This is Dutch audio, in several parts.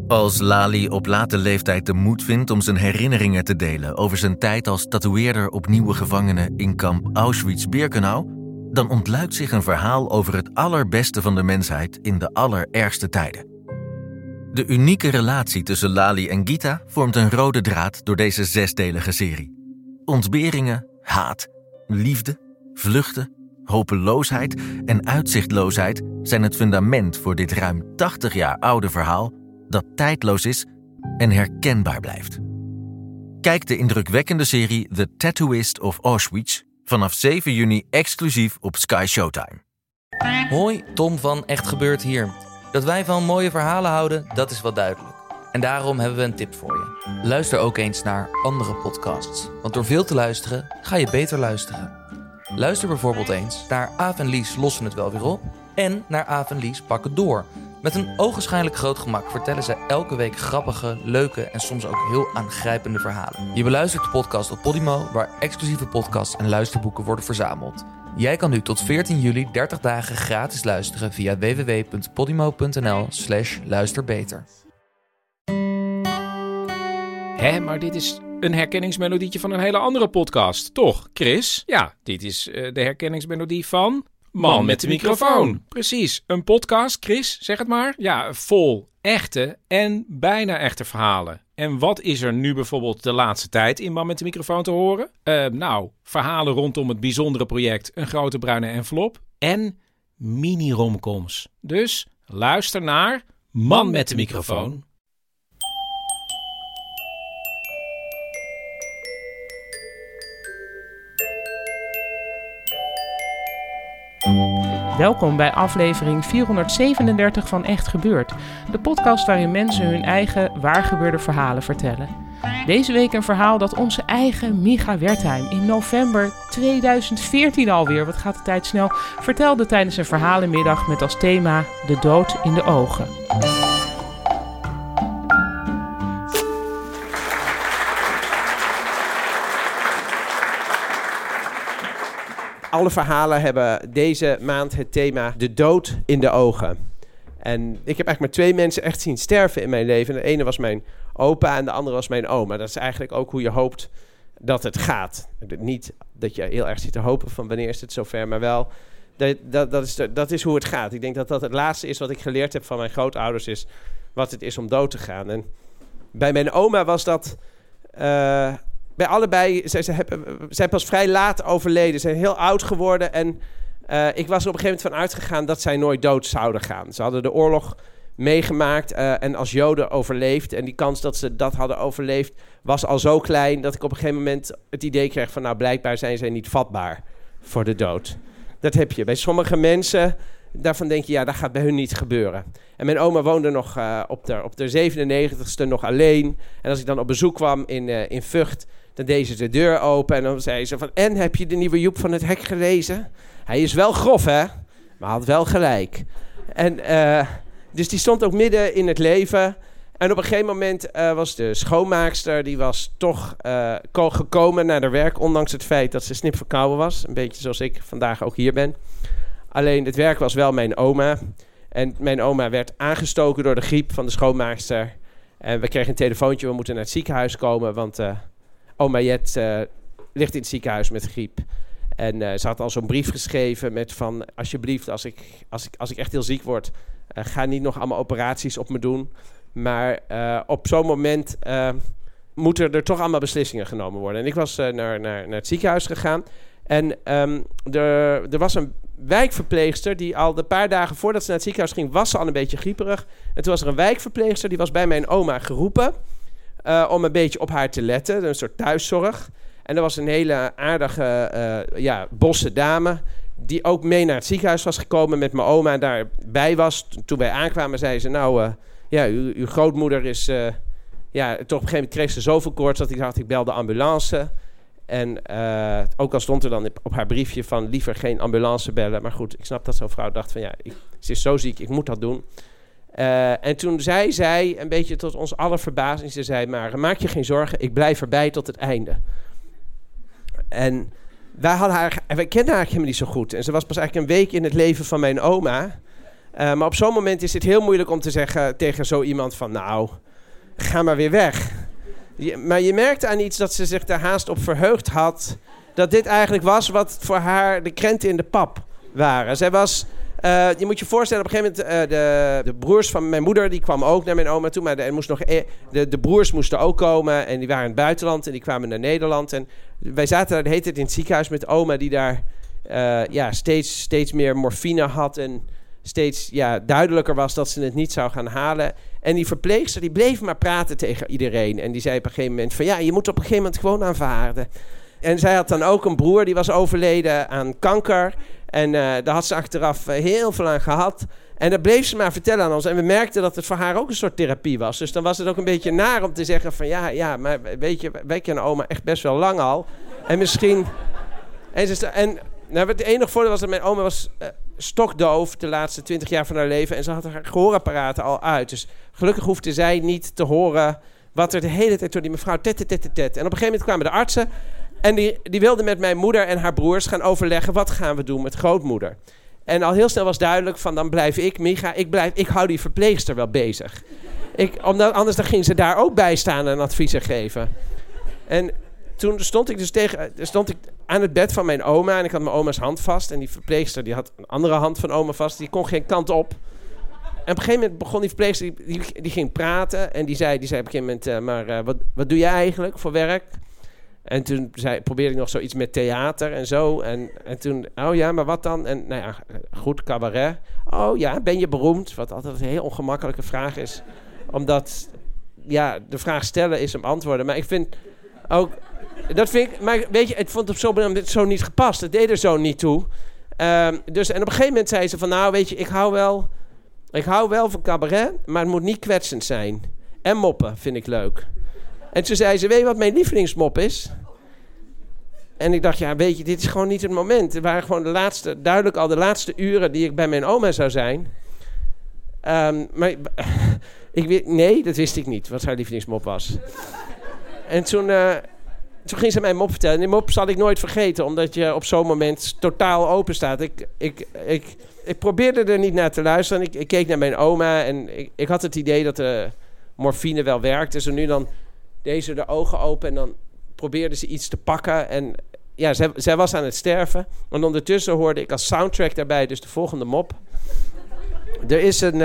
Als Lali op late leeftijd de moed vindt om zijn herinneringen te delen over zijn tijd als tatoeëerder op nieuwe gevangenen in kamp Auschwitz-Birkenau, dan ontluikt zich een verhaal over het allerbeste van de mensheid in de allerergste tijden. De unieke relatie tussen Lali en Gita vormt een rode draad door deze 6-delige serie. Ontberingen, haat, liefde, vluchten, hopeloosheid en uitzichtloosheid zijn het fundament voor dit ruim 80 jaar oude verhaal dat tijdloos is en herkenbaar blijft. Kijk de indrukwekkende serie The Tattooist of Auschwitz vanaf 7 juni exclusief op Sky Showtime. Hoi, Tom van Echt Gebeurd hier. Dat wij van mooie verhalen houden, dat is wel duidelijk. En daarom hebben we een tip voor je. Luister ook eens naar andere podcasts. Want door veel te luisteren, ga je beter luisteren. Luister bijvoorbeeld eens naar Aaf en Lies lossen het wel weer op en naar Aaf en Lies pakken door. Met een ogenschijnlijk groot gemak vertellen ze elke week grappige, leuke en soms ook heel aangrijpende verhalen. Je beluistert de podcast op Podimo, waar exclusieve podcasts en luisterboeken worden verzameld. Jij kan nu tot 14 juli 30 dagen gratis luisteren via www.podimo.nl/luisterbeter. Hé, maar dit is een herkenningsmelodietje van een hele andere podcast, toch, Chris? Ja, dit is de herkenningsmelodie van Man met de microfoon. Precies, een podcast, Chris, zeg het maar. Ja, vol echte en bijna echte verhalen. En wat is er nu bijvoorbeeld de laatste tijd in Man met de microfoon te horen? Verhalen rondom het bijzondere project Een Grote Bruine Envelop en mini-romcoms. Dus luister naar Man met de microfoon. Welkom bij aflevering 437 van Echt Gebeurd. De podcast waarin mensen hun eigen waargebeurde verhalen vertellen. Deze week een verhaal dat onze eigen Micha Wertheim in november 2014 alweer, wat gaat de tijd snel, vertelde tijdens een verhalenmiddag met als thema de dood in de ogen. Alle verhalen hebben deze maand het thema de dood in de ogen. En ik heb eigenlijk maar 2 mensen echt zien sterven in mijn leven. De ene was mijn opa en de andere was mijn oma. Dat is eigenlijk ook hoe je hoopt dat het gaat. Niet dat je heel erg zit te hopen van wanneer is het zover, maar wel dat is hoe het gaat. Ik denk dat dat het laatste is wat ik geleerd heb van mijn grootouders, is wat het is om dood te gaan. En bij mijn oma was dat... bij allebei, zij pas vrij laat overleden. Ze zijn heel oud geworden en ik was er op een gegeven moment van uitgegaan dat zij nooit dood zouden gaan. Ze hadden de oorlog meegemaakt en als Joden overleefd. En die kans dat ze dat hadden overleefd was al zo klein dat ik op een gegeven moment het idee kreeg van nou, blijkbaar zijn zij niet vatbaar voor de dood. Dat heb je. Bij sommige mensen, daarvan denk je, ja, dat gaat bij hun niet gebeuren. En mijn oma woonde nog op de 97ste nog alleen. En als ik dan op bezoek kwam in Vught, dan deed ze de deur open en dan zei ze van... En, heb je de nieuwe Joep van het Hek gelezen? Hij is wel grof, hè? Maar had wel gelijk. En dus die stond ook midden in het leven. En op een gegeven moment was de schoonmaakster... die was toch gekomen naar haar werk... ondanks het feit dat ze snipverkouden was. Een beetje zoals ik vandaag ook hier ben. Alleen het werk was wel mijn oma. En mijn oma werd aangestoken door de griep van de schoonmaakster. En we kregen een telefoontje, we moeten naar het ziekenhuis komen... want oma Jet ligt in het ziekenhuis met griep. En ze had al zo'n brief geschreven met van... alsjeblieft, als ik echt heel ziek word... ga niet nog allemaal operaties op me doen. Maar op zo'n moment moeten er toch allemaal beslissingen genomen worden. En ik was naar het ziekenhuis gegaan. En er was een wijkverpleegster die al de paar dagen voordat ze naar het ziekenhuis ging... was ze al een beetje grieperig. En toen was er een wijkverpleegster die was bij mijn oma geroepen... om een beetje op haar te letten. Een soort thuiszorg. En er was een hele aardige, bosse dame... die ook mee naar het ziekenhuis was gekomen met mijn oma... en daarbij was. Toen wij aankwamen zei ze... nou, uw grootmoeder is... toch op een gegeven moment kreeg ze zoveel koorts... dat ik dacht, ik bel de ambulance. En ook al stond er dan op haar briefje van... liever geen ambulance bellen. Maar goed, ik snap dat zo'n vrouw dacht van... ze is zo ziek, ik moet dat doen... en toen zei zij, een beetje tot ons aller verbazing... ze zei, maar maak je geen zorgen, ik blijf erbij tot het einde. En wij kenden haar helemaal niet zo goed. En ze was pas eigenlijk een week in het leven van mijn oma. Maar op zo'n moment is het heel moeilijk om te zeggen tegen zo iemand van... nou, ga maar weer weg. Maar je merkte aan iets dat ze zich daar haast op verheugd had... dat dit eigenlijk was wat voor haar de krenten in de pap waren. Zij was... je moet je voorstellen, op een gegeven moment... de broers van mijn moeder, die kwamen ook naar mijn oma toe... maar er moest nog de broers moesten ook komen... en die waren in het buitenland en die kwamen naar Nederland... en wij zaten daar de hele tijd in het ziekenhuis met oma... die daar steeds meer morfine had... en steeds duidelijker was dat ze het niet zou gaan halen... En die verpleegster die bleef maar praten tegen iedereen. En die zei op een gegeven moment van... ja, je moet op een gegeven moment gewoon aanvaarden. En zij had dan ook een broer die was overleden aan kanker. En daar had ze achteraf heel veel aan gehad. En dat bleef ze maar vertellen aan ons. En we merkten dat het voor haar ook een soort therapie was. Dus dan was het ook een beetje naar om te zeggen van... ja, maar weet je, wij kennen oma echt best wel lang al. En misschien... het enige voordeel was dat mijn oma was... stokdoof de laatste 20 jaar van haar leven. En ze had haar gehoorapparaten al uit. Dus gelukkig hoefde zij niet te horen... wat er de hele tijd door die mevrouw... En op een gegeven moment kwamen de artsen... en die wilden met mijn moeder en haar broers gaan overleggen... wat gaan we doen met grootmoeder. En al heel snel was duidelijk van... dan blijf ik, Micha, ik hou die verpleegster wel bezig. Anders dan ging ze daar ook bij staan en adviezen geven. En toen stond ik aan het bed van mijn oma... en ik had mijn oma's hand vast... en die verpleegster die had een andere hand van oma vast... die kon geen kant op. En op een gegeven moment begon die verpleegster... die ging praten en die zei op een gegeven moment... wat doe je eigenlijk voor werk? En toen probeerde ik nog zoiets met theater en zo. En toen, oh ja, maar wat dan? En nou ja, goed, cabaret. Oh ja, ben je beroemd? Wat altijd een heel ongemakkelijke vraag is. Omdat, ja, de vraag stellen is om antwoorden. Maar ik vind ook... maar weet je, het vond op zo'n moment zo niet gepast. Het deed er zo niet toe. En op een gegeven moment zei ze van... nou, weet je, ik hou wel van cabaret... maar het moet niet kwetsend zijn. En moppen vind ik leuk. En toen zei ze, weet je wat mijn lievelingsmop is? En ik dacht, ja, weet je, dit is gewoon niet het moment. Het waren gewoon duidelijk al de laatste uren die ik bij mijn oma zou zijn. Maar nee, dat wist ik niet, wat haar lievelingsmop was. En toen ging ze mij een mop vertellen. En die mop zal ik nooit vergeten, omdat je op zo'n moment totaal open staat. Ik probeerde er niet naar te luisteren. Ik keek naar mijn oma en ik had het idee dat de morfine wel werkte. Dus nu dan... deed ze de ogen open en dan probeerde ze iets te pakken. En ja, zij was aan het sterven. En ondertussen hoorde ik als soundtrack daarbij dus de volgende mop. Er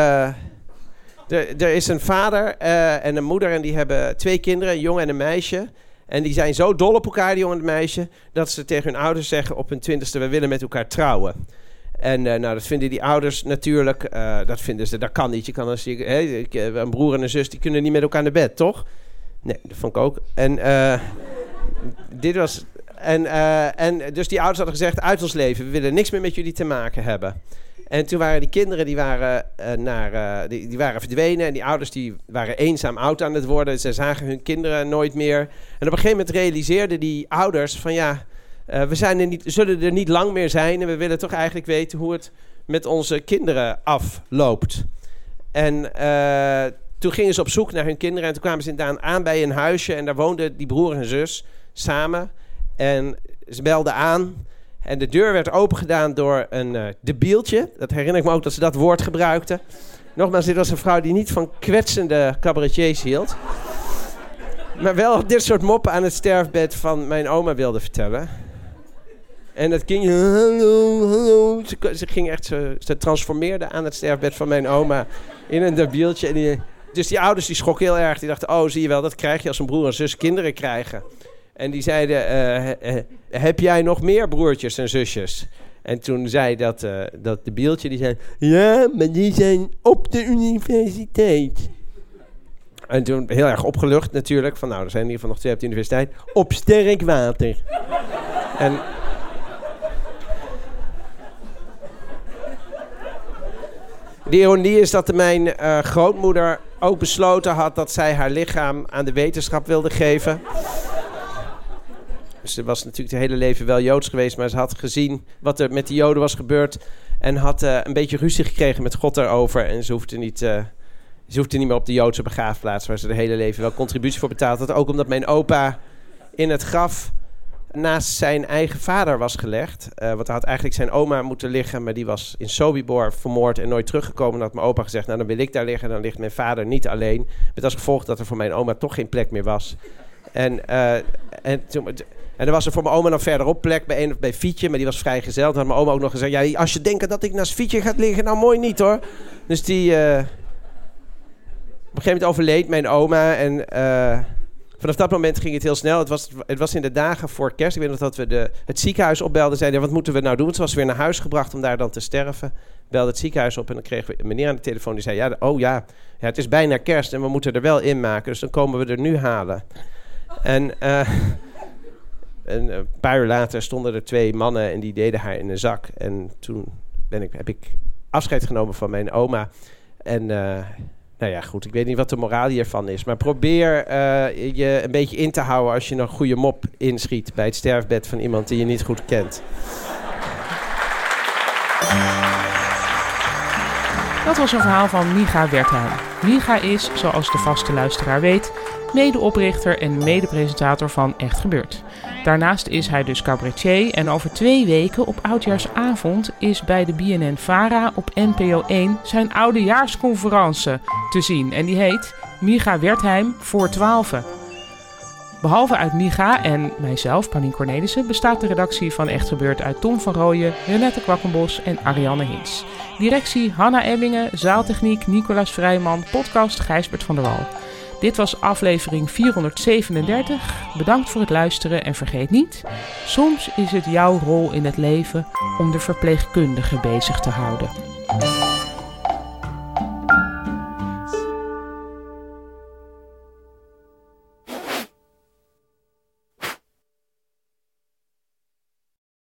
is een vader en een moeder en die hebben 2 kinderen, een jongen en een meisje. En die zijn zo dol op elkaar, die jongen en het meisje, dat ze tegen hun ouders zeggen op hun 20ste... we willen met elkaar trouwen. En dat vinden die ouders natuurlijk, dat kan niet. Je kan een broer en een zus, die kunnen niet met elkaar naar bed, toch? Nee, dat vond ik ook. En dit was... En dus die ouders hadden gezegd... uit ons leven, we willen niks meer met jullie te maken hebben. En toen waren die kinderen... die waren verdwenen... en die ouders die waren eenzaam oud aan het worden. Ze zagen hun kinderen nooit meer. En op een gegeven moment realiseerden die ouders... van ja, we zullen er niet lang meer zijn... en we willen toch eigenlijk weten... hoe het met onze kinderen afloopt. En... toen gingen ze op zoek naar hun kinderen... en toen kwamen ze inderdaad aan bij een huisje... en daar woonden die broer en zus samen. En ze belden aan... en de deur werd opengedaan door een debieltje. Dat herinner ik me ook dat ze dat woord gebruikten. Nogmaals, dit was een vrouw die niet van kwetsende cabaretiers hield... maar wel dit soort moppen aan het sterfbed van mijn oma wilde vertellen. En dat ging... hallo. Ze ging echt... Ze transformeerde aan het sterfbed van mijn oma... in een debieltje. En dus die ouders die schrokken heel erg. Die dachten, oh, zie je wel, dat krijg je als een broer en zus kinderen krijgen. En die zeiden, heb jij nog meer broertjes en zusjes? En toen zei dat debieltje, die zei... ja, maar die zijn op de universiteit. En toen heel erg opgelucht natuurlijk. Van nou, er zijn in ieder geval nog 2 op de universiteit. Op sterk water. En... de ironie is dat mijn grootmoeder ook besloten had... dat zij haar lichaam aan de wetenschap wilde geven. Ze was natuurlijk het hele leven wel Joods geweest... maar ze had gezien wat er met de Joden was gebeurd... en had een beetje ruzie gekregen met God daarover... en ze hoefde niet meer op de Joodse begraafplaats... waar ze de hele leven wel contributie voor betaald had. Ook omdat mijn opa in het graf naast zijn eigen vader was gelegd. Want hij had eigenlijk zijn oma moeten liggen, maar die was in Sobibor vermoord en nooit teruggekomen. Dan had mijn opa gezegd, nou dan wil ik daar liggen, dan ligt mijn vader niet alleen. Met als gevolg dat er voor mijn oma toch geen plek meer was. En er was er voor mijn oma nog verderop plek bij Fietje, maar die was vrijgezel. Toen had mijn oma ook nog gezegd, ja, als je denkt dat ik naast Fietje ga liggen, nou mooi niet hoor. Dus die... op een gegeven moment overleed mijn oma en vanaf dat moment ging het heel snel. Het was in de dagen voor kerst. Ik weet nog dat we het ziekenhuis opbelden. Zeiden, wat moeten we nou doen? Ze was weer naar huis gebracht om daar dan te sterven. Belde het ziekenhuis op en dan kregen we een meneer aan de telefoon die zei, ja, het is bijna kerst en we moeten er wel in maken. Dus dan komen we er nu halen. En een paar uur later stonden er 2 mannen en die deden haar in een zak. En toen heb ik afscheid genomen van mijn oma. En nou ja, goed, ik weet niet wat de moraal hiervan is. Maar probeer je een beetje in te houden als je een goede mop inschiet bij het sterfbed van iemand die je niet goed kent. Dat was een verhaal van Micha Wertheim. Micha is, zoals de vaste luisteraar weet, medeoprichter en medepresentator van Echt Gebeurd. Daarnaast is hij dus cabaretier en over 2 weken op oudjaarsavond is bij de BNN-Vara op NPO 1 zijn oudejaarsconferentie te zien. En die heet Micha Wertheim voor 12. Behalve uit Micha en mijzelf, Paulien Cornelissen, bestaat de redactie van Echt Gebeurd uit Tom van Rooyen, Renette Kwakkenbos en Ariane Hins. Directie Hanna Ebbingen, zaaltechniek Nicolaas Vrijman, podcast Gijsbert van der Wal. Dit was aflevering 437. Bedankt voor het luisteren en vergeet niet, soms is het jouw rol in het leven om de verpleegkundige bezig te houden.